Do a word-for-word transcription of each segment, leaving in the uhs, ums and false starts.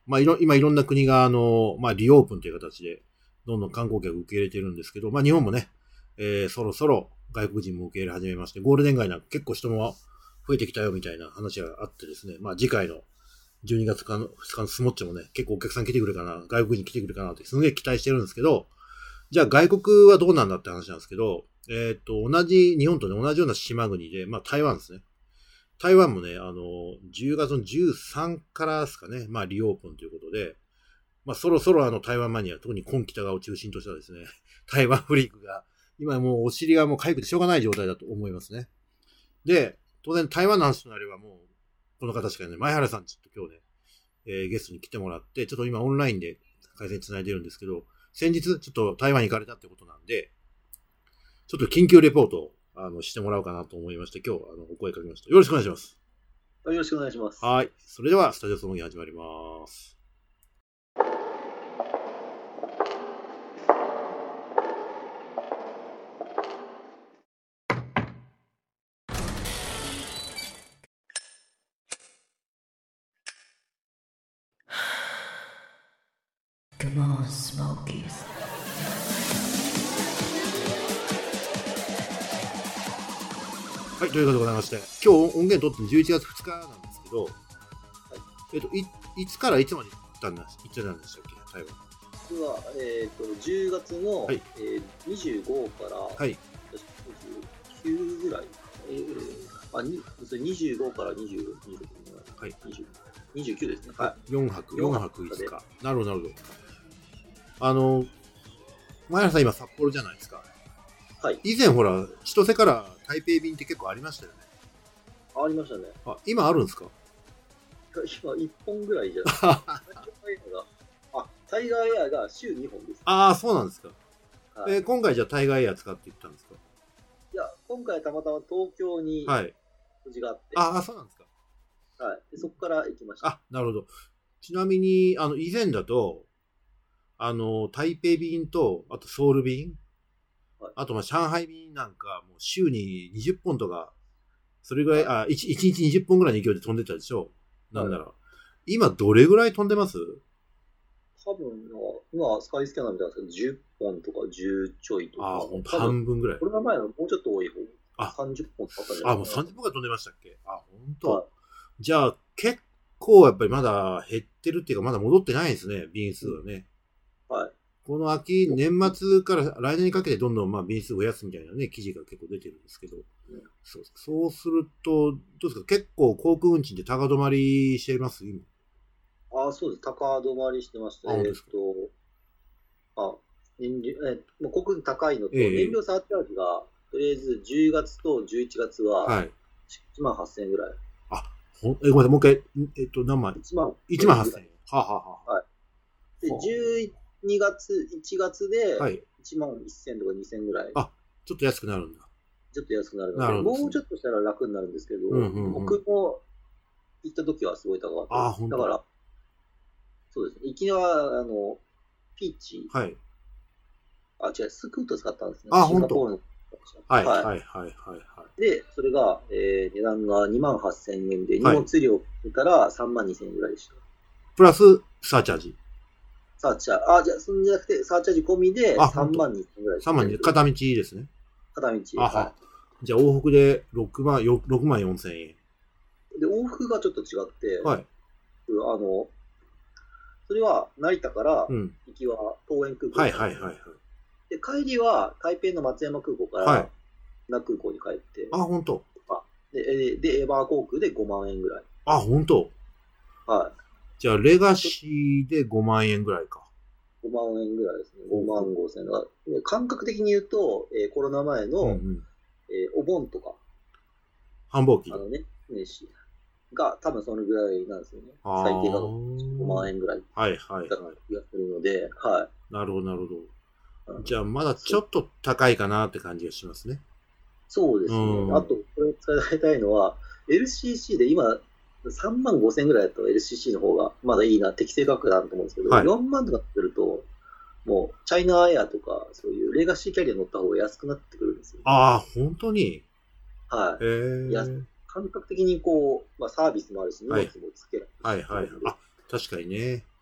まあ、いろ、今いろんな国が、あの、まあ、リオープンという形で、どんどん観光客を受け入れてるんですけど、まあ、日本もね、えー、そろそろ外国人も受け入れ始めまして、ゴールデン街なんか結構人も増えてきたよみたいな話があってですね、まあ、次回のじゅうにがつふつかのスモッチもね、結構お客さん来てくるかな、外国人来てくるかなってすげえ期待してるんですけど、じゃあ外国はどうなんだって話なんですけど、えっと、同じ、日本とね、同じような島国で、まあ、台湾ですね。台湾もね、あの、じゅうがつのじゅうさんからですかね、まあ、リオープンということで、まあ、そろそろあの、台湾マニア、特に今北側を中心としたですね、台湾フリークが、今もうお尻がもう痒くてしょうがない状態だと思いますね。で、当然台湾の話となればもう、この形からね、前原さんちょっと今日ね、えー、ゲストに来てもらって、ちょっと今オンラインで回線つないでるんですけど、先日ちょっと台湾に行かれたってことなんで、ちょっと緊急レポートをあのしてもらおうかなと思いまして、今日あのお声かけました。よろしくお願いします。 よろしくお願いします。 はい。それではスタジオそのぎ始まります。Come on, Smokies. はい、ということでございまして、今日音源取ってじゅういちがつふつかなんですけど、はい、えっと、い、いつからいつまで行ったんだ、行ってたんでしたっけ、台湾。 僕は、えっ、ー、と、じゅうがつの、はい、えー、にじゅうごから、はい、にじゅうきゅうぐらい、えー、あ、に、にじゅうごからにじゅうろく、にじゅうろくぐらい、はい、にじゅう、にじゅうきゅうですね。はい。 よんはく、よんはくいつか。なるほど、なるほど。あの、前原さん今札幌じゃないですか。はい。以前ほら、千歳から台北便って結構ありましたよね。 ありましたね。 あ、今あるんですか？ 今いっぽんぐらいじゃないですか。あ、タイガーエアが週にほんです。 ああ、そうなんですか。はい、えー、今回じゃあタイガーエア使って行ったんですか？ いや、今回たまたま東京に用事があって。 はい、ああ、そうなんですか。はい。でそこから行きました。 あ、なるほど。ちなみに、あの、以前だと、あの、台北便と、あとソウル便、はい、あとまあ上海便なんか、もう週ににじゅっぽんとか、それぐらい、はい、あ、いち、いちにちにじゅっぽんぐらいの勢いで飛んでたでしょ、なんなら。はい、今どれぐらい飛んでます？ 多分、今、スカイスキャナーみたいなんですけど、じゅっぽんとかじゅうちょいとか。 ああ、ほんと半分ぐらい。 これが前のもうちょっと多い方。あ、さんじゅっぽんとかじゃないですか。 あ、もうさんじゅっぽんが飛んでましたっけ？あ、ほんと。はい、じゃあ、結構やっぱりまだ減ってるっていうか、まだ戻ってないですね、便数はね。うん、はい。この秋、年末から来年にかけてどんどんまあ便数を増やすみたいなね、記事が結構出てるんですけど、うん、そうそうすると、どうですか、結構航空運賃って高止まりしてます今？ ああ、そうです。高止まりしてました。えー、っと、あ、燃料、えー、もう航空高いのと、えー、燃料サーチャージが、とりあえずじゅうがつとじゅういちがつは、はい、いちまんはっせんえんぐらい。 あ、ほえ、ごめんなさい、もう一回、えっと、何万 ?いちまんはっせんえん。はあ、はあはあ、はい。 で、じゅうにがつ、いちがつで、いちまんせんとかにせんぐらい。 あ、ちょっと安くなるんだ。 ちょっと安くなるので、ね、もうちょっとしたら楽になるんですけど、うんうんうん、僕も行った時はすごい高かった。あ、本当。だから、そうですね。行きは、あの、ピーチ。はい。あ、違う、スクート使ったんですね。 あ、 シンガポールの。 はい、はい、はい、はい。 で、それが、えー、値段がにまんはっせんえんで、荷物料見たらさんまんにせんえんぐらいでした。 プラス、サーチャージ。 サーチャージ。あ、じゃあ、そんじゃなくて、サーチャージ込みでさんまんにせんえんぐらい。 さんまんにせんえん。片道ですね。 片道。 あは。はい、じゃあ、往復でろくまんよんせんえん。 で、往復がちょっと違って、はい。あの、それは成田から行きは桃園空港、うん、はいはいはいはい。で、帰りは台北の松山空港から那空港に帰って。 あ、本当。 で、で、エバー航空でごまんえんぐらい。 あ、本当。はい。じゃあ、レガシーでごまんえんぐらいか。 ごまんえんぐらいですね。ごまんごせんえん。感覚的に言うと、えー、コロナ前の、うんうん、えー、お盆とか。 繁忙期。 あのね、年始が多分そのぐらいなんですよね。最低がごまんえんぐらい。はいはいはい。気がするので、はい。 なるほどなるほど。じゃあ、まだちょっと高いかなって感じがしますね。 そうですね。うん、あと、これ伝えたいのは、エルシーシー で今、さんまんごせんぐらいだと エルシーシー の方がまだいいな、適正価格だと思うんですけど、はい、よんまんとかってると、もう、チャイナエアとか、そういうレガシーキャリア乗った方が安くなってくるんですよ。 ああ、本当に？ はい。へー。感覚的にこう、まあ、サービスもあるし、荷物もつけられる。 はいはい。あ、確かにね。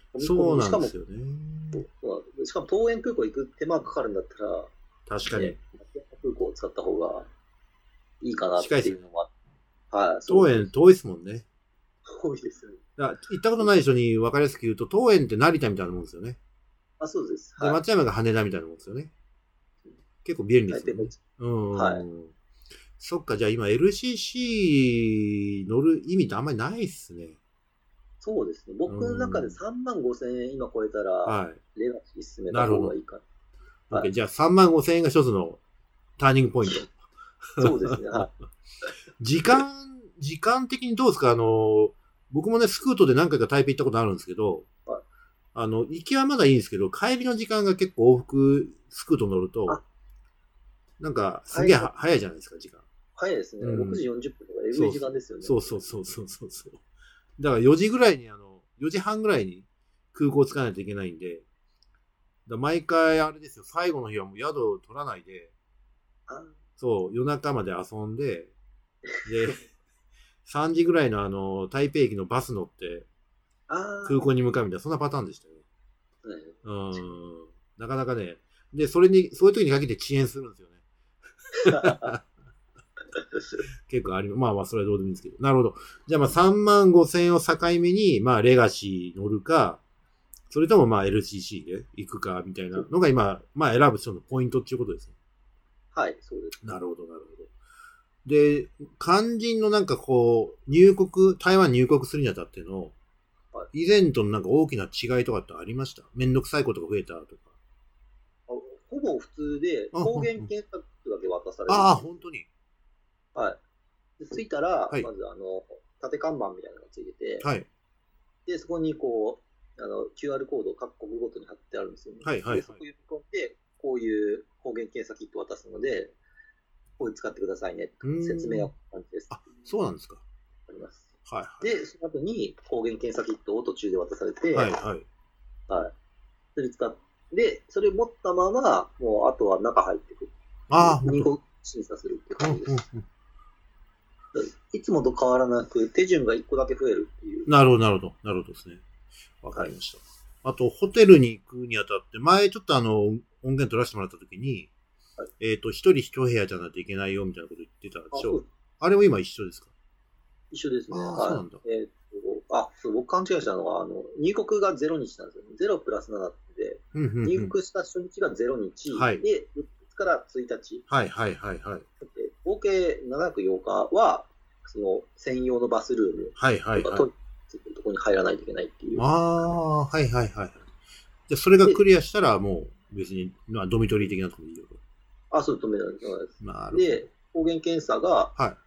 そうなんですよね。 しかも、桃園空港行く手間かかるんだったら、 確かに。 ね、空港を使った方がいいかなっていうのは。 はい。桃園遠いですもんね。 遠いですよね。 行ったことない人に分かりやすく言うと、桃園って成田みたいなもんですよね。 あ、そうです。 はい、で、松山が羽田みたいなもんですよね。結構便利ですよね。うん。はい。そっか、じゃあ今 エルシーシー 乗る意味ってあんまりないっすね。 そうですね。僕の中でさんまんごせんえん今超えたら、はい、レガシー進めた方がいいかな。はい、じゃあさんまんごせんえんが一つのターニングポイント。そうですね。はい。 時間、時間的にどうですか？あの、僕もね、スクートで何回か台北行ったことあるんですけど、はい、あの、行きはまだいいんですけど、帰りの時間が結構往復スクート乗ると、なんか、すげえ早いじゃないですか、時間。 早いですね。うん、ろくじよんじゅっぷんとか、えぐい時間ですよね。 そうそうそうそうそうそう。だからよじぐらいに、あの、よじはんぐらいに空港着かないといけないんで、だ毎回あれですよ、最後の日はもう宿を取らないで、そう、夜中まで遊んで、で、さんじぐらいのあの、台北駅のバス乗って、空港に向かうみたいな、そんなパターンでしたよね。うん。なかなかね、で、それに、そういう時に限って遅延するんですよね。結構あり、まあまあ、それはどうでもいいんですけど。なるほど。じゃあまあさんまんごせんえんを境目に、まあレガシー乗るか、それともまあ エルシーシー で行くかみたいなのが今、まあ選ぶ人のポイントっていうことですね。 はい、そうです。 なるほど、なるほど。で、肝心のなんかこう、入国、台湾入国するにあたっての、はい、以前とのなんか大きな違いとかってありました？めんどくさいことが増えたとか。 ほぼ普通で、抗原検査だけ渡される。 ああ、本当に。 はい。で着いたら、はい、まずあの、縦看板みたいなのがついてて、はい。で、そこにこう、あの、キューアール コードを各国ごとに貼ってあるんですよね。はいはい、はい。で、そこに込んで、こういう抗原検査キットを渡すので、こういう使ってくださいね。説明は感じです。 あ、そうなんですか。 あります。 はい、はい。 で、その後に抗原検査キットを途中で渡されて、 はいはい。 はい。それ使って、で、それを持ったまま、もうあとは中入ってくる。 ああ、 にこ審査するって感じです。うんうんうんいつもと変わらなく、手順がいっこだけ増えるっていう。 なるほど、なるほど。なるほどですね。わかりました。はい、あと、ホテルに行くにあたって、前ちょっとあの、音源取らせてもらったときに、はい、えっ、ー、と、一人一部屋じゃないといけないよ、みたいなこと言ってたでしょ。あ, あれも今一緒ですか？ 一緒ですね。 あ、はい、そうなんだ。 えー、っと、あ、そう、僕勘違いしたのは、あの、入国がゼロにちなんですよね。ゼロプラスななで、うんうんうん、入国した初日がゼロにち、はい、で、みっつからついたち。 はいはいはいはい。 合計ななはくようかは、その専用のバスルームとか、はいはいはい、とこに入らないといけないっていう。 ああ、はいはいはい。じゃあそれがクリアしたらもう別に、まあ、ドミトリー的なところでいいよと。 あ、そう、ドミトリーです。なるほど。で、抗原検査が、はい、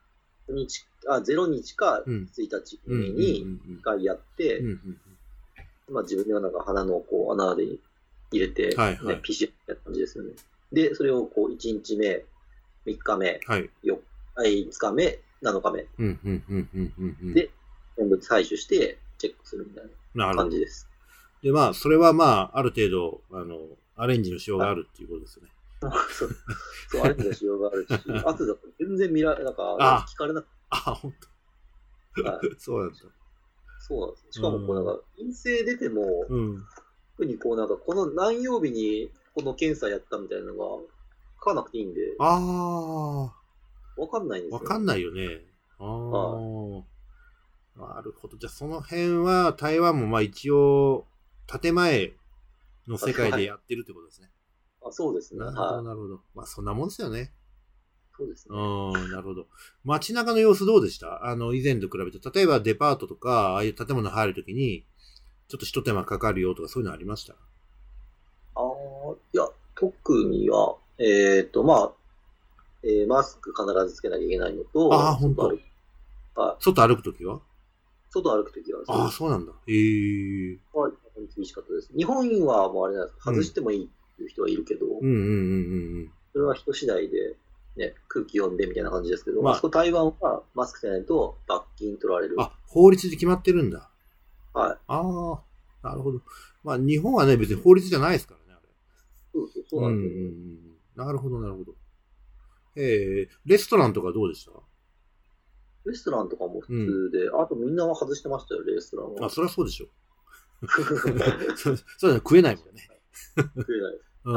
日あゼロにちかついたちにいっかいやって、まあ自分ではなんか鼻のこう穴で入れて、ね、はいはい、ピシッって感じですよね。で、それをこういちにちめ、みっかめ、はい、よっかめ、なのかめ。で、全部採取してチェックするみたいな感じです。 で、まあ、それはまあ、ある程度、あの、アレンジのしようがあるっていうことですよね。 そう、そう、アレンジのしようがあるし、あとだと全然見られ、なんか、聞かれなくて。 あ、本当。はい、そうなんだ。 そうなんです。しかも、こうなんか、陰性出ても、うん、特にこうなんか、この何曜日にこの検査やったみたいなのが、書かなくていいんで。 ああ。 わかんないんですよ、 ね。わかんないよね。ああ。なるほど。じゃあその辺は台湾もまあ一応建前の世界でやってるってことですね。 あ、そうですね。 なるほど、なるほど。まあそんなもんですよね。 そうですね。 うん、なるほど。街中の様子どうでした？あの、以前と比べて、例えばデパートとか、ああいう建物入るときに、ちょっと一手間かかるよとかそういうのありました？ ああ、いや、特には、えっ、ー、と、まあ、えー、マスク必ずつけなきゃいけないのと、 ああ、本当。はい。外歩くときは？ 外歩くときは。 ああ、そうなんだ。へえ。 はい、厳しかったです。日本はもうあれなんですか、外してもいいっていう人はいるけど、うん、うんうんうんうん。それは人次第で、ね、空気読んでみたいな感じですけど、まあ、あそこ台湾はマスクしないと罰金取られる。 あ、法律で決まってるんだ。 はい。 ああ、なるほど。まあ、日本はね、別に法律じゃないですからね、あれ。 そうそう、そうなんですよ、ね。 うんうんうん。なるほど、なるほど。えー、レストランとかどうでした？ レストランとかも普通で、うん、あとみんなは外してましたよ、レストランは。 あ、そりゃそうでしょ。 そそういうの食えないもんね。 食えない。 うん。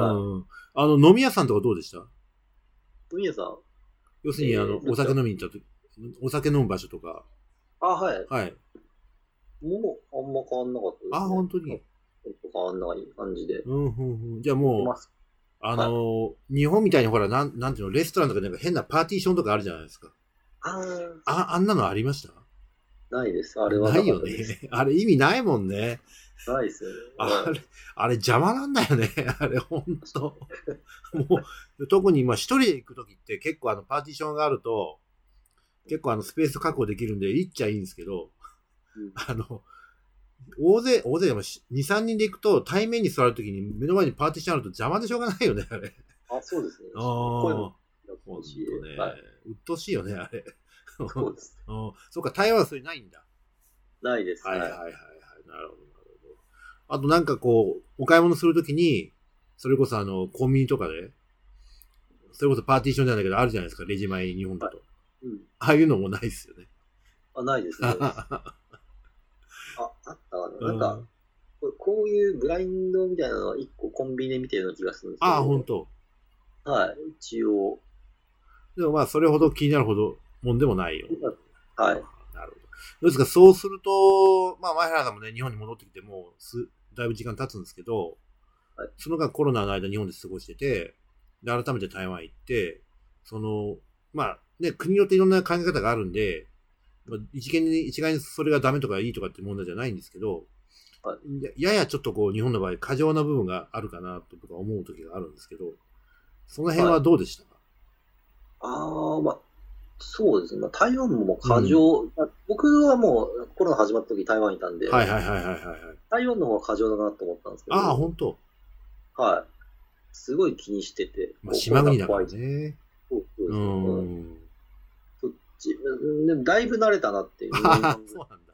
あの、飲み屋さんとかどうでした？ 飲み屋さん要するに、あの、お酒飲みに行ったとき、お酒飲む場所とか。 あ、はい。 はい。 もう、あんま変わんなかったですね。 あ、本当に。 変わんない感じで。 うん、うん、うん。じゃあもう、あのーはい、日本みたいにほら、なん、なんていうの、レストランとかなんか変なパーティションとかあるじゃないですか。 ああ、あんなのありました？ ないです。あれはないよね。あれ意味ないもんね。 ないですよね。 あれ、あれ邪魔なんだよね。あれ、ほんと。もう、特に今一人で行くときって結構あのパーティションがあると、結構あのスペース確保できるんで、行っちゃいいんですけど、うん、あの、大勢、大勢でもに、さんにんで行くと対面に座るときに目の前にパーティションあると邪魔でしょうがないよね、あれ。 あ、そうですね。 ああ。ほんとね。はい、うっとうしいよね、あれ。 そうです。 そうか、台湾はそれないんだ。 ないです。 はいはいはいはい。なるほど、なるほど。あとなんかこう、お買い物するときに、それこそあの、コンビニとかで、それこそパーティションじゃないけど、あるじゃないですか、レジ前日本だと。はい、うん。ああいうのもないですよね。 あ、ないですね。あ、あったかな。なんか、こういうブラインドみたいなのは一個コンビニで見てるような気がするんですけど。 ああ、ほんと。 はい、一応。 でもまあ、それほど気になるほどもんでもないよ。 はい。 なるほど。どうですか、そうすると、まあ、前原さんもね、日本に戻ってきてもうす、だいぶ時間経つんですけど、はい、その間コロナの間日本で過ごしてて、で、改めて台湾行って、その、まあ、ね、国によっていろんな考え方があるんで、まあ、一概に、一概にそれがダメとかいいとかって問題じゃないんですけど、はい、ややちょっとこう、日本の場合、過剰な部分があるかなと僕は思う時があるんですけど、その辺はどうでしたか？ はい、ああ、まあ、そうですね。まあ、台湾も過剰、うん、僕はもうコロナ始まった時台湾にいたんで、 はいはいはいはいはい。 台湾の方が過剰だなと思ったんですけど。 ああ、本当。 はい。すごい気にしてて。 まあ、島国だからね。 そうそうですね。うん。そっち、でもだいぶ慣れたなっていう。そうなんだ。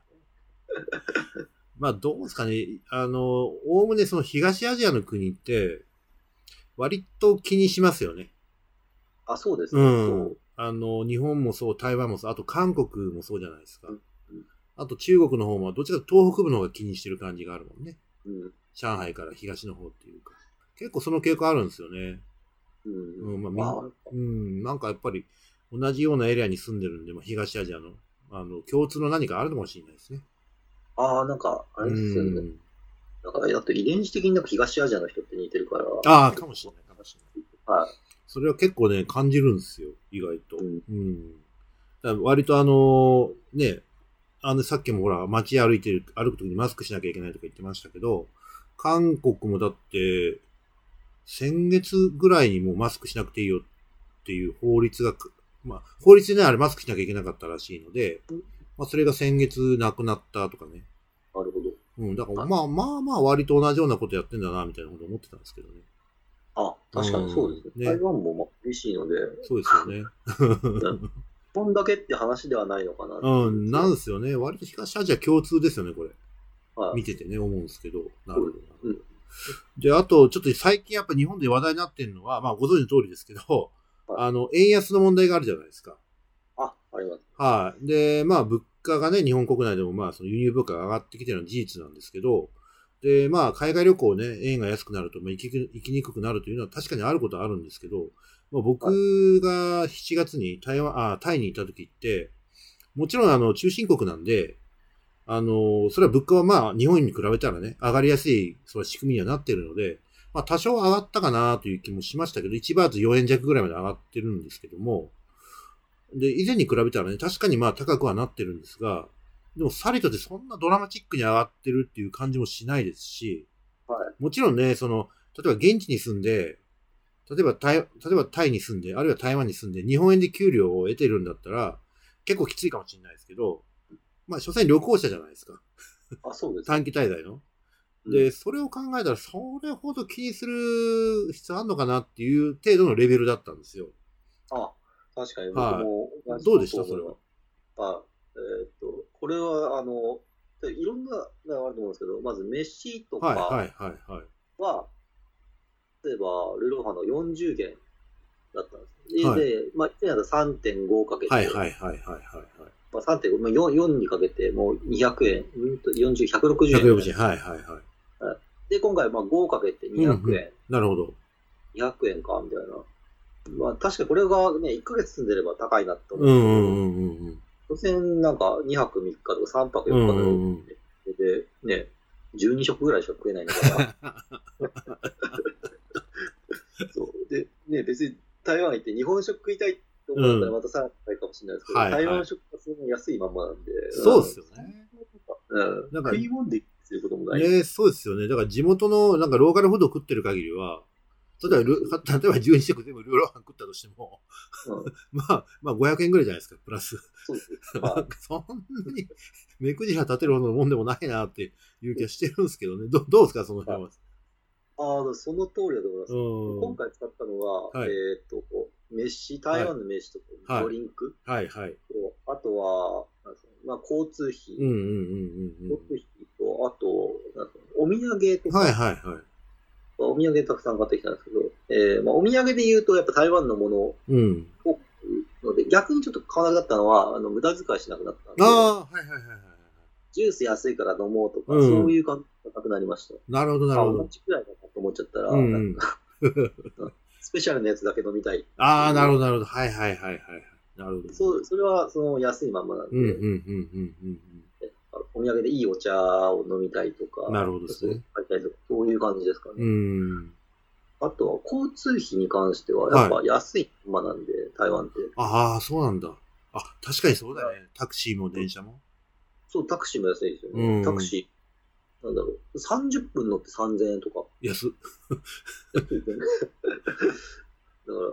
まあ、どうですかね。あの、おおむねその東アジアの国って、割と気にしますよね。 あ、そうですね。 うん。あの、日本もそう、台湾もそう、あと韓国もそうじゃないですか。うん、あと中国の方も、どっちかというと東北部の方が気にしてる感じがあるもんね。うん、上海から東の方っていうか。結構その傾向あるんですよね。うん。うん、まあ、みんな、うん、なんかやっぱり同じようなエリアに住んでるんで、まあ、東アジアの、あの、共通の何かあるのかもしれないですね。 ああ、なんか、あれですよね。うん、なんか、だって遺伝子的になんか東アジアの人って似てるから。 ああ、かもしれない、かもしれない。 はい。 それは結構ね、感じるんですよ、意外と。うん。うん、だから割とあのー、ね、あの、さっきもほら、街歩いてる、歩くときにマスクしなきゃいけないとか言ってましたけど、韓国もだって、先月ぐらいにもうマスクしなくていいよっていう法律が、まあ、法律でね、あれマスクしなきゃいけなかったらしいので、まあ、それが先月なくなったとかね。 なるほど。 うん、だからまあまあまあ割と同じようなことやってんだな、みたいなこと思ってたんですけどね。 あ、確かにそうですね。台湾もまあ嬉しいので。 そうですよね。 こんだけって話ではないのかな。 うん、なんですよね。割と東アジア共通ですよね、これ。はい、見ててね、思うんですけど。なるほど。うん、で、あと、ちょっと最近やっぱ日本で話題になってるのは、まあご存知の通りですけど、はい、あの、円安の問題があるじゃないですか。 あ、あります。 はい。で、まあ物価がね、日本国内でもまあその輸入物価が上がってきてるのは事実なんですけど、で、まあ、海外旅行ね、円が安くなると、まあ行き、行きにくくなるというのは確かにあることはあるんですけど、まあ、僕がしちがつに台湾、あ、タイに行った時って、もちろんあの、中心国なんで、あの、それは物価はまあ、日本に比べたらね、上がりやすい、その仕組みにはなっているので、まあ、多少上がったかなという気もしましたけど、いちバーツよえん弱ぐらいまで上がってるんですけども、で、以前に比べたらね、確かにまあ、高くはなってるんですが、でも、さりとてそんなドラマチックに上がってるっていう感じもしないですし、はい、もちろんね、その、例えば現地に住んで、例えばタイ、例えばタイに住んで、あるいは台湾に住んで、日本円で給料を得てるんだったら、結構きついかもしれないですけど、まあ、所詮旅行者じゃないですか。 あ、そうです、 ね。短期滞在の。で、うん、それを考えたら、それほど気にする必要あるのかなっていう程度のレベルだったんですよ。 あ、確かに僕も、 はい。どうでしたそれは。 あ、えー、っと、これは、あの、いろんなのがあると思うんですけど、まず飯とかは、 はいはいはいはい、 例えば、ルロハのよんじゅう元だったんです。はい、で、まあ、いちねんだと さんてんご かけて、 はいはいはいはいはい。 まあ、さんてんご、まあ、よん, よんにかけてもうにひゃくえん、うんとよんじゅう、ひゃくろくじゅうえん。 ひゃくろくじゅうえん、はいはいはい。 で、今回まあごかけてにひゃくえん。うんうん、 なるほど。 にひゃくえんか、みたいな。まあ確かにこれがね、いっかげつ住んでれば高いなって思うんですけど、うんうんうんうん、当然なんかにはくみっかとかさんぱくよっかで、うんうん、で、ね、じゅうにしょくぐらいしか食えないんだから。そうで、ね、別に台湾行って日本食食いたいと思ったらまたさらに高いかもしれないですけど、うん、台湾食がその安いまんまなんで。 そうですよね。 うん、なんか食い物ですることもない。 ね、そうですよね。だから地元のなんかローカルフードを食ってる限りは、例えば、例えばじゅうにしょく全部ルーローハン食ったとしても、うん、まあ、まあごひゃくえんぐらいじゃないですか、プラス。そうです。まあ、そんなに目くじら立てるほどのもんでもないなっていう気はしてるんですけどね。どどうですか、その辺は。 ああ、その通りだと思います。今回使ったのは、はい、えっ、ー、と、飯、台湾の飯とか、ドリンク、はい、はい、はい。あとは、まあ、交通費、うんうんうんうん、交通費と、あと、お土産とか、はいはいはい。お土産たくさん買ってきたんですけど、えーまあ、お土産で言うと、やっぱ台湾のものを、うん、ので、逆にちょっと買わなかったのは、あの無駄遣いしなくなったんで、ああ、はいはいはいはい。ジュース安いから飲もうとか、うん、そういう感覚がなくなりました。 なるほどなるほど。 同じくらいだなと思っちゃったら、うん、なんかスペシャルなやつだけ飲みたい。 ああ、なるほどなるほど。はいはいはいはい。なるほど。 そう、それはその安いまんまなんで、うんうんうんうんうん。お土産でいいお茶を飲みたいとか、 なるほどですね。 そういう感じですかね。うん。あとは交通費に関しては、やっぱ安いままなんで、はい、台湾って。 ああ、そうなんだ。あ、確かにそうだね。タクシーも電車も。 そう、タクシーも安いですよね。うん、タクシー、なんだろう、さんじゅっぷん乗ってさんぜんえんとか。 安っ。 だから、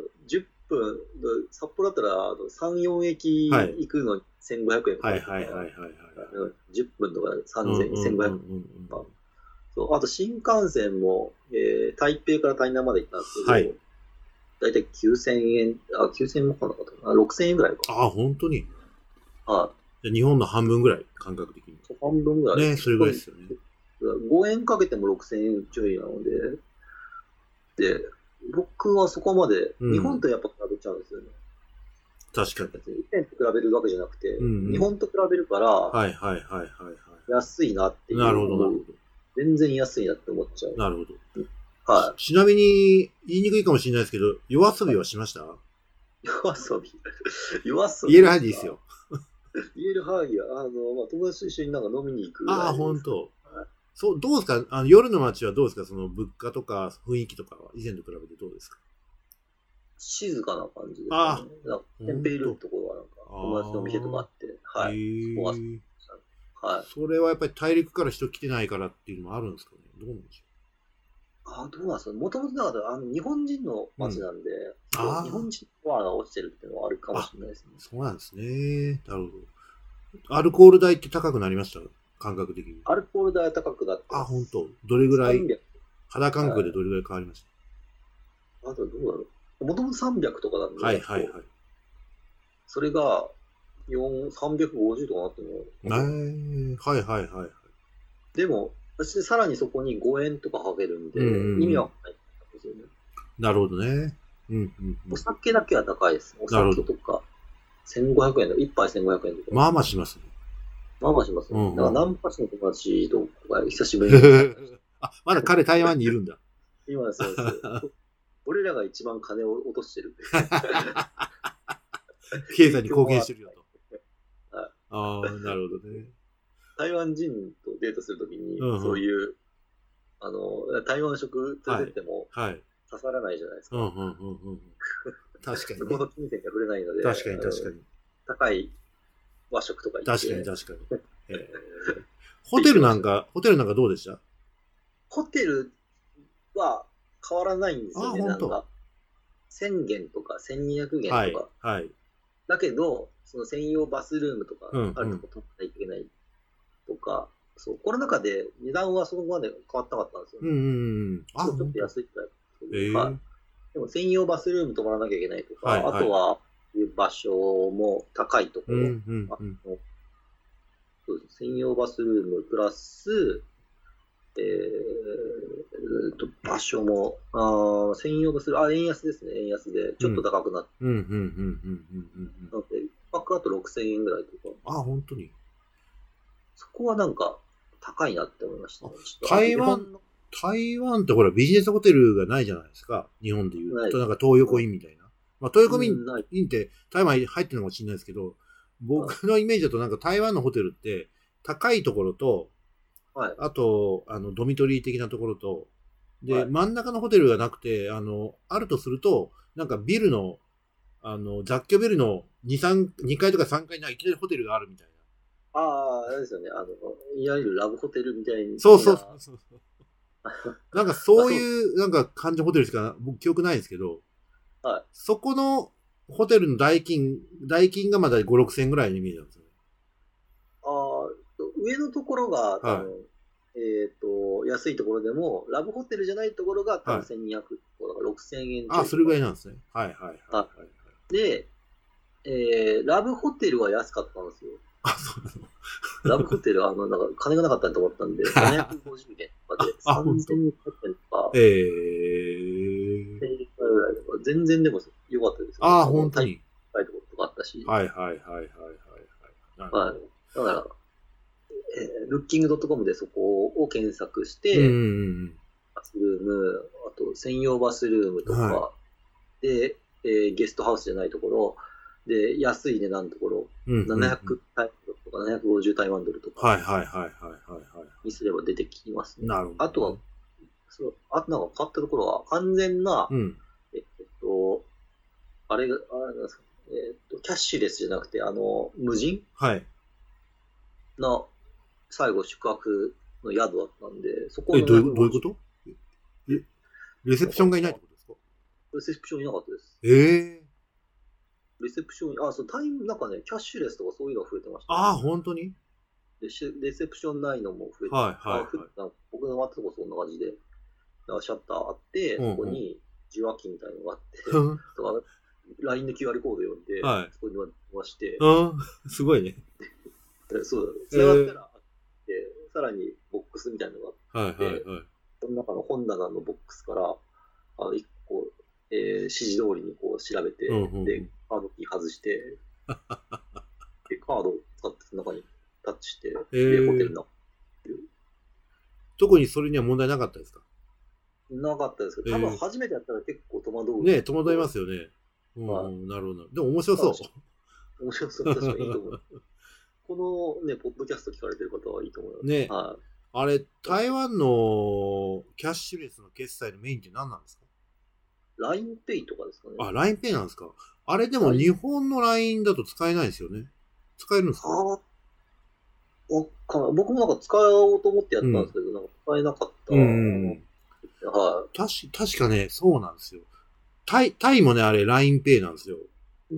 じゅっぷん、札幌だったらさん、よん駅行くのにせんごひゃくえんとか。はいはいはいはい、はい。じゅっぷんとかさんぜんえん、せんごひゃくえんとか。そう、あと新幹線も、えー、台北から台南まで行ったんですけど、はい、だいたいきゅうせんえん、あ、きゅうせんえんもかなかったかな、ろくせんえんぐらいか。 あ、本当に。 はい。 日本の半分ぐらい、感覚的に。 半分ぐらい。 ね、それぐらいですよね。 ごえんかけてもろくせんえんちょいなので、で、僕はそこまで、日本とやっぱ比べちゃうんですよね。 うん、確かに。 以前と比べるわけじゃなくて、うんうん、日本と比べるから、 はいはいはいはい、はい。 安いなっていう。 なるほどなるほど。 全然安いなって思っちゃう。 なるほど。 はい。 ちなみに、言いにくいかもしれないですけど、夜遊びはしました？ 夜遊び夜遊び言える範囲でいいですよ。 言える範囲は、あの、まあ、友達と一緒になんか飲みに行く。 ああ、本当。はい、そう、どうですか？あの夜の街はどうですか？その物価とか雰囲気とかは以前と比べてどうですか？ 静かな感じですね。 ああ。テンペイルのところはなんか、友達の店とかあって、はい。そこは、はい。 それはやっぱり大陸から人来てないからっていうのもあるんですかね？どうなんでしょう？ああ、どうなんですか？もともとだから、あの、日本人の街なんで、うん、日本人のパワーが落ちてるっていうのはあるかもしれないですね。 そうなんですね。なるほど。アルコール代って高くなりました？感覚的に。 アルコール代は高くなってます。 あ、本当。どれぐらい、肌感覚でどれぐらい変わりました？ はい、あとどうだろう。もともとさんびゃくとかなんで、 はいはいはい。 それがさんびゃくごじゅうとかなってるの。 えー、はいはいはいはい。 でも、私さらにそこにごえんとかかけるんで、うんうん、意味はないんですよね。 なるほどね。うんうんうん、 お酒だけは高いです。お酒とか。せんごひゃくえんとか、一杯せんごひゃくえんとか。 まあまあしますね。 まあまあしますね。うんうん、だからナンパ師の友達とか久しぶりに。 あ、まだ彼台湾にいるんだ。 今そうです。俺らが一番金を落としてる。 経済に貢献してるよと。はい、ああ、なるほどね。 台湾人とデートするときに、うんうん、そういう、あの、台湾食連れてっても、はいはい、刺さらないじゃないですか。うんうんうんうん、確かに、ね。そこの金銭が触れないので、 確かに確かに。 高い和食とか行って。 確かに確かに。えー、ホテルなんか、ホテルなんかどうでした？ ホテルは変わらないんですよね、なんか。せんげんとかせんにひゃくげんとか。はいはい、だけど、その専用バスルームとかあるとこ取らないといけないとか、そう、コロナ禍で値段はそこまで変わったかったんですよね。うんうんうん。あ、ちょっと安いくらい。えーはい、でも専用バスルーム泊まらなきゃいけないとか、はいはい、あとは、いう場所も高いところ、うんうんうん、そうです。専用バスルームプラス、えー、と場所もあ専用バスルーム、あ、円安ですね、円安でちょっと高くなって、なので、まあ、 泊あとろくせんえんぐらいとか。 あ、本当に。 そこはなんか高いなって思いました、ね。 台湾、台湾ってほらビジネスホテルがないじゃないですか。日本でいうと。なんか東横インみたいな。まあ東横インって台湾入ってるのかもしれないですけど、僕のイメージだとなんか台湾のホテルって高いところと、はい、あと、あの、ドミトリー的なところと、で、はい、真ん中のホテルがなくて、あの、あるとすると、なんかビルの、あの、雑居ビルのに、さん、にかいとかさんがいにいきなりホテルがあるみたいな。ああ、あれですよね。あの、いわゆるラブホテルみたいに。 そうそうそうそうなんかそういう、なんか感じのホテルしか僕記憶ないんですけど、はい、そこのホテルの代金、代金がまだご、ろくせんぐらいのイメージなんですよね。 ああ、上のところが、多分、はい、えっ、ー、と、安いところでも、ラブホテルじゃないところが多分せんにひゃくとか、だからろくせんえん。 あ、それぐらいなんですね。はいはいはい、はい。 で、えー、ラブホテルは安かったんですよ。 あ、そうなのラブホテルは、あの、なんか金がなかったと思ったんで、ななひゃくごじゅうえんとかで、さんぜんにひゃくえんとか、えー、せんえんぐらいとか、全然でも良かったです、ね。 ああ、本当に。 高いところとかあったし。 はいはいはいはいはい、 はい。はい。だから、えー、ルッキングドットコム でそこを検索して、うん、バスルーム、あと専用バスルームとか、はい、で、えー、ゲストハウスじゃないところ、で、安い値段のところ、うんうんうん、ななひゃくタイドルとかななひゃくごじゅうタイワンドルとか、 はいはいはいはいはい。 にすれば出てきますね。 なるほど。 あとは、そう、あとなんか変わったところは、完全な、うん、えっと、あれが、あれなんですか、えっと、キャッシュレスじゃなくて、あの、無人はい。 の、最後宿泊の宿だったんで、そこの。 え、どういうどういうことえ、レセプションがいないってことですか？ レセプションいなかったです。 ええー。 レセプション、あ、そう、タイム、なんかね、キャッシュレスとかそういうのが増えてました、 ね。ああ、本当にでレセプションないのも増えて、 はいはい、はい、 僕の回ったとこそんな感じで、なんかシャッターあって、うんうん、ここに受話器みたいなのがあって、とか ライン の キューアール コード読んで、はい、そこに回して、 すごいね。 そうだ、つながったらあって、えー、さらにボックスみたいなのがあって、 はいはいはい、 その中の本棚のボックスから、あのいっこ、えー、指示通りにこう調べて、うんうんうん、で、カードキー外して、でカードを使ってその中にタッチして、えー、でホテルの。 特にそれには問題なかったですか？ なかったですけど、多分初めてやったら結構戸惑う。 ねえ、戸惑いますよね。うん、はい、なるほど。でも面白そう。 面白そう。確かにいいと思う。このね、ポッドキャスト聞かれてる方はいいと思います。 ね、 はい、 あれ、台湾のキャッシュレスの決済のメインって何なんですか？ ライン ペイ とかですかね。 あ、ライン ペイ なんですか？あれでも日本の ライン だと使えないですよね。使えるんですか？ あか僕もなんか使おうと思ってやったんですけど、うん、なんか使えなかった。うん、はい。 確確かね、そうなんですよ。タイ、タイもね、あれ ライン ペイ なんですよ。 うん、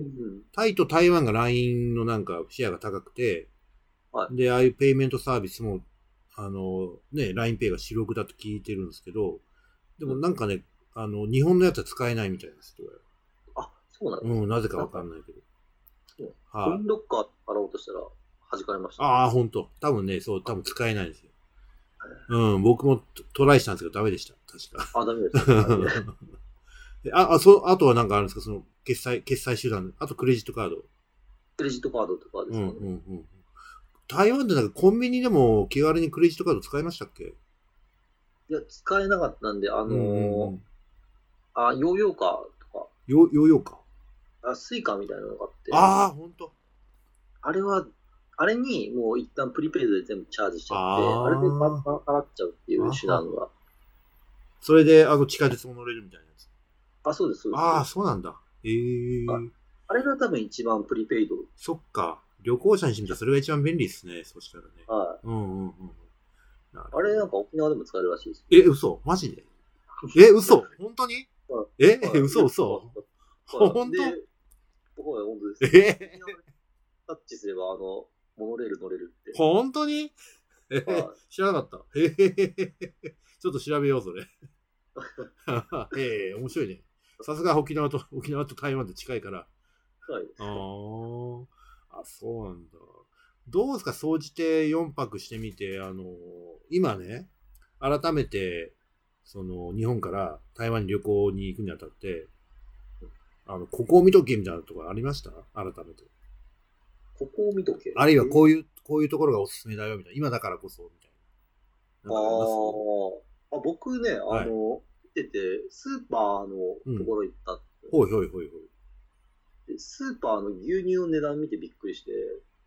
タイと台湾が ライン のなんかシェアが高くて、はい、で、ああいうペイメントサービスも、あの、ね、ライン ペイ が主力だと聞いてるんですけど、でもなんかね、あの、日本のやつは使えないみたいです。 あ、そうなんですか？ うん、なぜかわかんないけど。 はい、コインロッカー払おうとしたら弾かれました、ね。 ああ、ほんと。多分ね、そう、多分使えないですよ。うん、僕もトライしたんですけどダメでした。確か。 あ、ダメです、 ね。あ、あ、そう、あとはなんかあるんですか？その、決済、決済手段。あとクレジットカード。 クレジットカードとかですかね。 うんうんうん。台湾ってなんかコンビニでも気軽にクレジットカード使いましたっけ？いや、使えなかったんで、あのー、うんうん、あ、ヨーヨーカーとか。 ヨ、ヨーヨーカーあ、スイカみたいなのがあって。 ああ、ほんと。 あれは、あれにもう一旦プリペイドで全部チャージしちゃって、あ, あれでパンパン払っちゃうっていう手段が。 それで、あの、地下鉄も乗れるみたいなやつ。 あ、そうです、そうです。 ああ、そうなんだ。へえー。 あれが多分一番プリペイド。 そっか。旅行者にしてみたらそれが一番便利ですね。そしたらね。 はい。 うんうんうん。 あれなんか沖縄でも使えるらしいです。 え、嘘マジでえ、嘘本当にえ、嘘嘘本当で、本当です。えタッチすれば、あの、モノレール乗れるって。 本当にえー、知らなかった。えー、ちょっと調べよう、それ。ええー、面白いね。さすが沖縄と、沖縄と台湾って近いから。 はい。 ああ、あ、そうなんだ。どうですか、総じてよんぱくしてみて、あの、今ね、改めて、その、日本から台湾に旅行に行くにあたって、あの、ここを見とけみたいなところありました？改めて。 ここを見とけ。 あるいはこういう、こういうところがおすすめだよ、みたいな。今だからこそ、みたいな。なんかあります？ ああ、僕ね、あの、はい、見てて、スーパーのところ行ったって、 うん。ほいほいほいほい。スーパーの牛乳の値段見てびっくりして。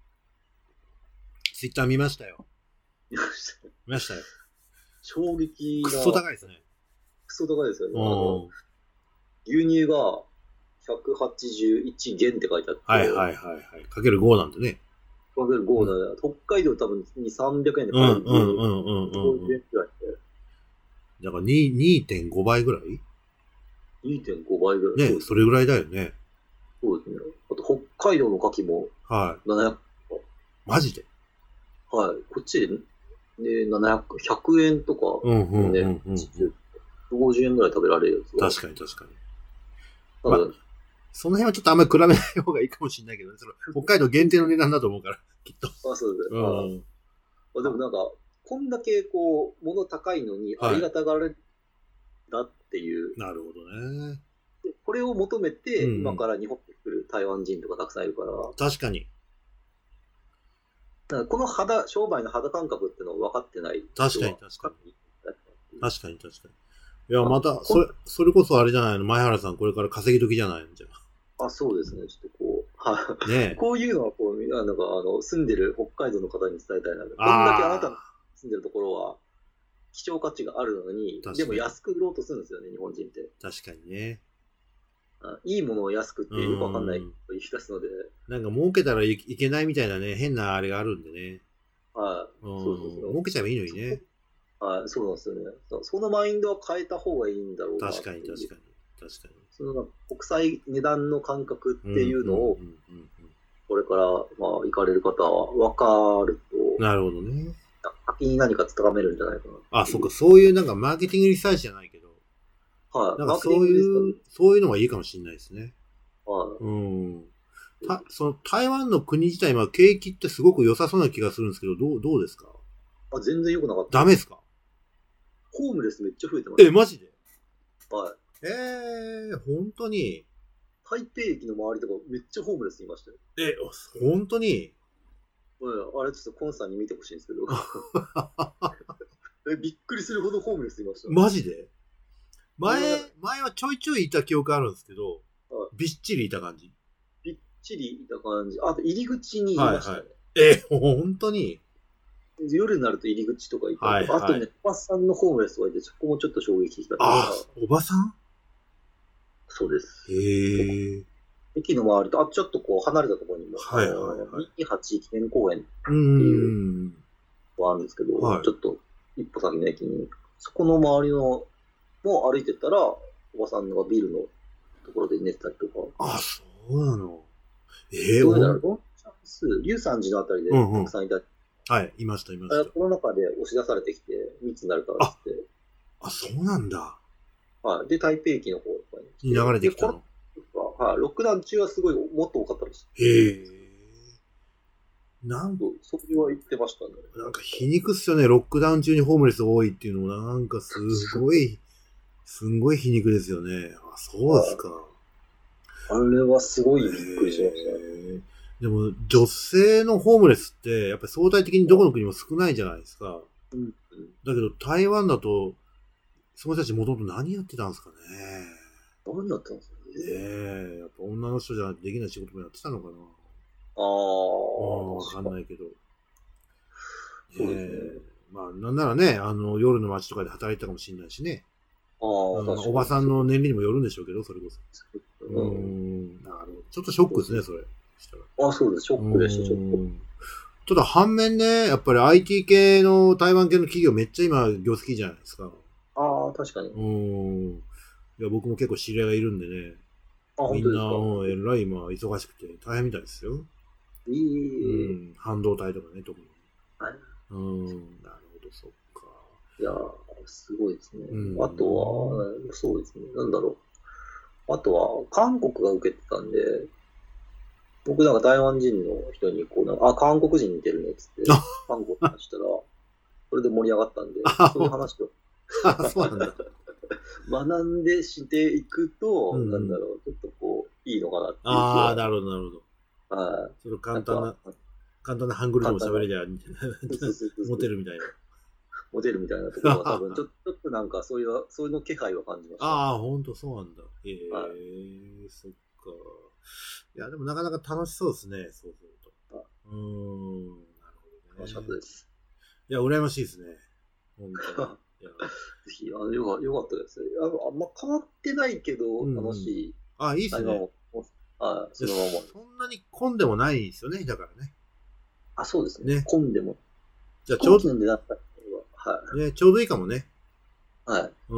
ツイッター見ましたよ。 見ました。 見ましたよ。 衝撃が。 くっそ高いですね。 くっそ高いですよね。あの牛乳がひゃくはちじゅういちげんって書いてあって。 はいはいはいはい。かけるごなんでね。 かけるごなんで、うん、北海道多分にせんさんびゃくえんで買える。うんうんうんうんうん。 だからに にてんご 倍ぐらいにてんご 倍ぐらい。ね、それぐらいだよね。 そうですね。あと北海道の牡蠣もななひゃくえん。 はい。マジで？ はい。こっちで、ね、ななひゃく、ひゃくえんとか、ね、うんうんうんうん、ごじゅうえんぐらい食べられるやつ。 確かに確かに。まあ、その辺はちょっとあんまり比べない方がいいかもしれないけどね。その北海道限定の値段だと思うから、きっと。 あ、そうですね。うんあでもなんか、こんだけこう、物高いのにありがたがられたっていう。 はい、なるほどね。 これを求めて、うん、今から日本に来る台湾人とかたくさんいるから。 確かに。 だからこの肌、商売の肌感覚っていうのを分かってない。 確かに確かに。確かに確かに。いや、また、それ、それこそあれじゃないの、前原さんこれから稼ぎ時じゃないのじゃあ。あ、そうですね。ちょっとこう、はねこういうのはこう、なんかあの、住んでる北海道の方に伝えたいな。こんだけあなたの住んでるところは、希少価値があるのに、でも安く売ろうとするんですよね、日本人って。 確かにね。 いいものを安くってよくわかんないと言い出すので。 なんか儲けたらいけないみたいなね、変なあれがあるんでね。 はい。 そうそうそう。儲けちゃえばいいのにね。 はい、そうなんですよね。そのマインドは変えた方がいいんだろうな。 確かに確かに。確かに。 その国際値段の感覚っていうのを、これからまあ行かれる方は分かると。 なるほどね。 先に何かつかめるんじゃないかな。 あ、そっか、そういうなんかマーケティングリサーチじゃないけど。 はい。 なんかそういう、そういうのがいいかもしれないですね。 はい。 うん。た、その台湾の国自体は景気ってすごく良さそうな気がするんですけど、どう、どうですか？ あ、全然良くなかった。 ダメですか？ ホームレスめっちゃ増えてます。 え、マジで？ はい。 えー、本当に？ 台北駅の周りとかめっちゃホームレスいましたよ。 え、本当に？ うん、あれちょっとコンさんに見てほしいんですけど。え、びっくりするほどホームレスいました。 マジで？前、前はちょいちょいいた記憶あるんですけど、はい、びっちりいた感じ。 びっちりいた感じ。あと入り口にいましたね。 はいはい、え、本当に？ 夜になると入り口とかいたりとか、はいはい、あとね、おばさんのホームレスとかいて、そこもちょっと衝撃的だった。 あ、おばさん？ そうです。 へー。 駅の周りと、あ、ちょっとこう離れたところにも、 はいはいはい、 にじゅうはち記念公園っていうのがあるんですけど、はい、ちょっと一歩先の駅に、そこの周りのもう歩いてたら、おばさんがビルのところで寝てたりとか。 あ、そうなの。ええー、 どうだろう、ロンチャンス、龍山寺のあたりでたくさんいた。うんうん、 はい、いました、いました。 この中で押し出されてきて、密になるからって。 あ、あ、そうなんだ。 はい。で、台北駅の方とかに流れてきたの。 はい。ロックダウン中はすごいもっと多かったです。 へえ。なんか、 それは言ってましたね。 なんか皮肉っすよね。ロックダウン中にホームレス多いっていうのも、なんかすごい、すんごい皮肉ですよね。あ、そうですか。 あれはすごいびっくりしました。 でも、女性のホームレスって、やっぱり相対的にどこの国も少ないじゃないですか。 うん、 だけど、台湾だと、その人たちもともと何やってたんですかね。 何やってたんですかね。 ねえ、やっぱ女の人じゃできない仕事もやってたのかな。 ああ。 わかんないけど。 そうですね。 まあ、なんならね、あの、夜の街とかで働いてたかもしれないしね。 ああ、おばさんの年齢にもよるんでしょうけど、それこそ。うん。なるほど。ちょっとショックですね、それ。 ああ、そうです。ショックでした、ちょっと。 ただ反面ね、やっぱり アイティー 系の台湾系の企業めっちゃ今業績じゃないですか。 ああ、確かに。 うん。いや、僕も結構知り合いがいるんでね。 あ、 みんな、えらい今忙しくて大変みたいですよ。 いい、 うん。半導体とかね、特に。 はい。 うん。なるほど、そっか。 いや、すごいですね。うん、あとは、そうですね。なんだろう。あとは、韓国が受けてたんで、僕なんか台湾人の人にこうなんか、あ、韓国人似てるねっつって、韓国話したら、それで盛り上がったんで、そういう話と。 あ、そうなんだ。 学んでしていくと、うん、なんだろう、ちょっとこう、いいのかなっていう気は。 ああ、なるほど、なるほど。 はい。 ちょっと簡単な、簡単なハングルでも喋れりゃ、モテるみたいな。 モテるみたいなところは多分ちょ、ちょっとなんかそういう、そういうの気配を感じました。 ああ、ほんとそうなんだ。へえ、はい、そっか。いや、でもなかなか楽しそうですね、そうすると。うーん、なるほどね。 楽しかったです。 いや、羨ましいですね。本当に。いやぜひ、あの、よかよかったです。あの、あんま変わってないけど、楽しい。 うん、あ、いいっすね。 あ、そのまま。 そんなに混んでもないですよね、だからね。 あ、そうですね。ね、混んでも。 じゃあちょうど、 でなったはい。 ね、ちょうどいいかもね。 はい。 うん。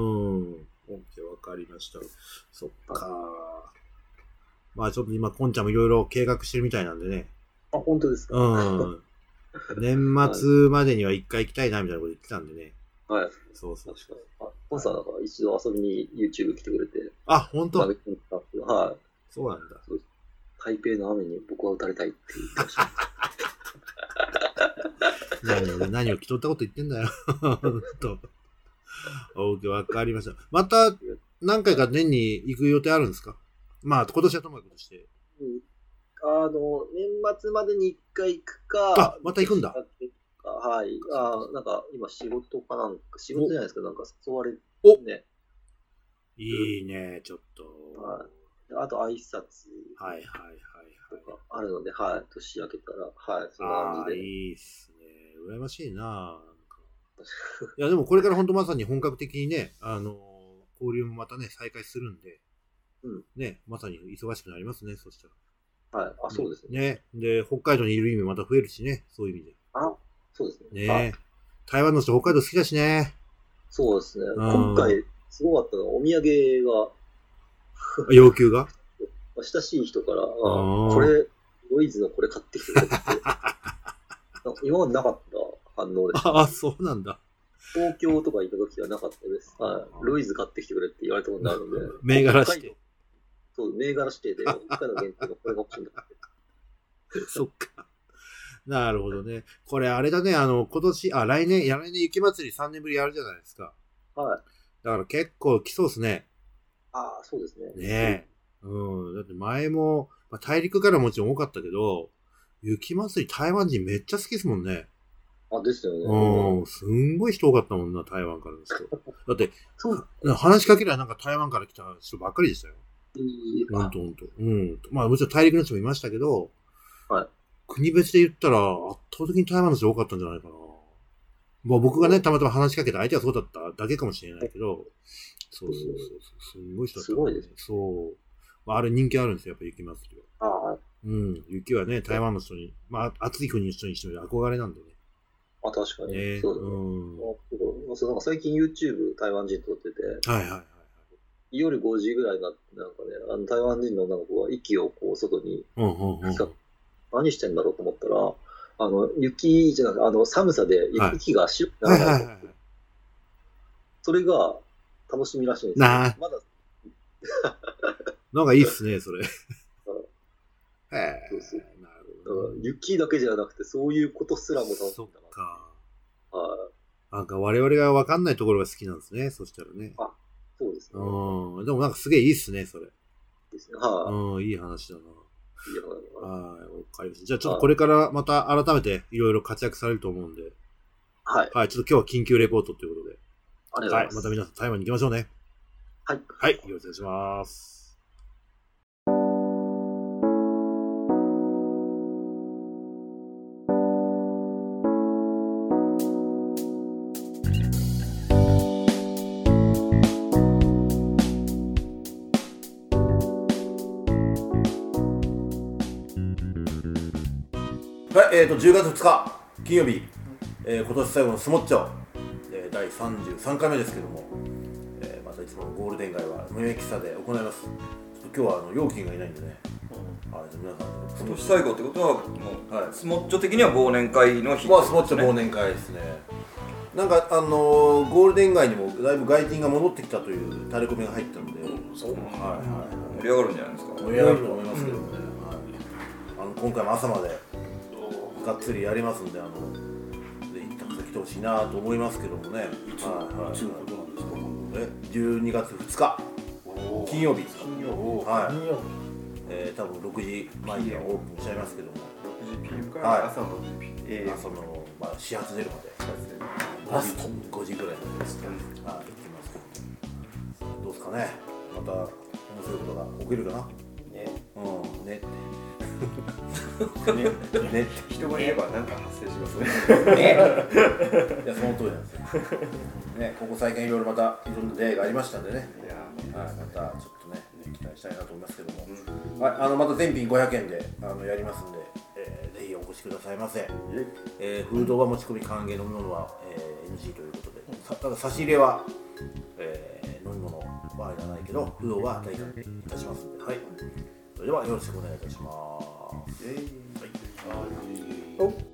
オッケー、わかりました。そっか。まあちょっと今、こんちゃんもいろいろ計画してるみたいなんでね。 あ、本当ですか。 うん。年末までには一回行きたいなみたいなこと言ってたんでね。 はい。 そうそう。 確かに。あ、ポンさんなんか一度遊びに YouTube 来てくれて。 あ、本当。はい。 そうなんだ。台北の雨に僕は打たれたいって言ってました。 何を、何を気取ったこと言ってんだよ。本当。オーケー、わかりました。また、何回か年に行く予定あるんですか？まあ、今年はともかくとして。 うん、あの、年末までに一回行くか。 あ、また行くんだ。 はい。あ、なんか、今仕事かなんか、仕事じゃないですか、なんか誘われて、ね。 いいね、ちょっと。 はい。あと挨拶。 はいはいはいはい。 あるので、はい。年明けたら、はい。 そんな感じで。いいっすね。羨ましいな。いや、でもこれから本当まさに本格的にね、あのー、交流もまたね、再開するんで、うん。ね、まさに忙しくなりますね、そしたら。はい。あ、そうですね。ね。で、北海道にいる意味また増えるしね、そういう意味で。 あ、そうですね。 ね。台湾の人北海道好きだしね。 そうですね。今回、すごかったのは、お土産が、 要求が親しい人から、あこれ、ロイズのこれ買ってきてくれって。今までなかった反応でした、 ね。あ、そうなんだ。 東京とか行った時はなかったです。はい。ロイズ買ってきてくれって言われたことあるので。 銘柄指定。 そう、銘柄指定で、北海道限定のこれが欲しいんだって。 そっか。なるほどね。これあれだね、あの、今年、あ、来年、来年雪祭りさんねんぶりやるじゃないですか。 はい。 だから結構来そうですね。 ああ、そうですね。 ねえ。うん。だって前も、まあ、大陸からもちろん多かったけど、雪祭り台湾人めっちゃ好きですもんね。 あ、ですよね。 うん。すんごい人多かったもんな、台湾からの人。だって、話しかけりゃなんか台湾から来た人ばっかりでしたよ。ほんとほんと。うん。まあもちろん大陸の人もいましたけど、 はい。 国別で言ったら圧倒的に台湾の人多かったんじゃないかな。まあ僕がね、たまたま話しかけた相手はそうだっただけかもしれないけど、そうそうそうそう、すんごい人だった、 ね。すごいです。 そう。まあ、あれ人気あるんですよ、やっぱ雪祭りは。ああ。 うん。雪はね、台湾の人に、まあ暑い国の人にしても憧れなんでね。 あ、確かに。 ね、 そうだね。うん。そう、なんか最近 YouTube 台湾人撮ってて、 はいはいはい。 夜ごじぐらいになって、なんかね、あの台湾人の女の子が息をこう外に、 うんうんうん、 何してんだろうと思ったら、あの、雪じゃなくて、あの、寒さで息が白くならない。はいはいはいはい、それが楽しみらしいんですよ。なまだ。 なんかいいっすね、それ。へえ。そうそう。なるほど。雪だけじゃなくて、そういうことすらも楽しみだな。そっか。はい。なんか我々が分かんないところが好きなんですね、そしたらね。 あ、そうですね。 うん。でもなんかすげえいいっすね、それ。 ですね。はい、 うん、いい話だな。 いい話だな。 はい、わかりました。じゃあちょっとこれからまた改めていろいろ活躍されると思うんで。 はい。 はい、ちょっと今日は緊急レポートということで。 ありがとうございます。 はい、また皆さん台湾に行きましょうね。 はい。 はい、よろしくお願いします。はい、えーと、じゅうがつふつか、金曜日、えー、今年最後のスモッチョ、えー、だいさんじゅうさんかいめですけども、えー、またいつものゴールデン街は無縁喫茶で行います。ちょっと今日はあの陽気がいないんでね、うん、はい、皆さん今年最後ってことは、もう、はい、スモッチョ的には忘年会の日、ね、 まあ、スモッチョ忘年会ですね。なんか、あのー、ゴールデン街にもだいぶ外人が戻ってきたというタレコミが入ったので、うん、そう、はいはい、 盛り上がるんじゃないですか。 盛り上がると思いますけどね、うん、はい、あの今回も朝までがっつりやりますんで、あのぜひたくさん来てほしいなと思いますけどもね。はいはい。いつのことなんですか？え、じゅうにがつふつか金曜日ですか？金曜日。はい。金曜日。 えー、多分ろくじまえにはオープンしちゃいますけども、 ろくじピーエム から朝のじゅうピーエム、 朝の、まあ、始発出るまでラストごじぐらいまでですね、うん、あ行きますけど、どうですかね、また面白いことが起きるかなね、 うんねねね人がいれば何か発生しますね。 ねいやその通りなんですよ。ね、ここ最近いろいろまたいろんな出会いがありましたんでね。いや、はい、またちょっとね期待したいなと思いますけども、うん、はい、あのまた全品ごひゃくえんであのやりますんで、えー、ぜひお越しくださいませ。えー、フードは持ち込み歓迎、飲み物は、えー、エヌジー ということで、さただ差し入れは、えー、飲み物はあれじゃないけどフードは大歓迎いたしますんで、はい。それではよろしくお願いいたします。 えーはい。はい。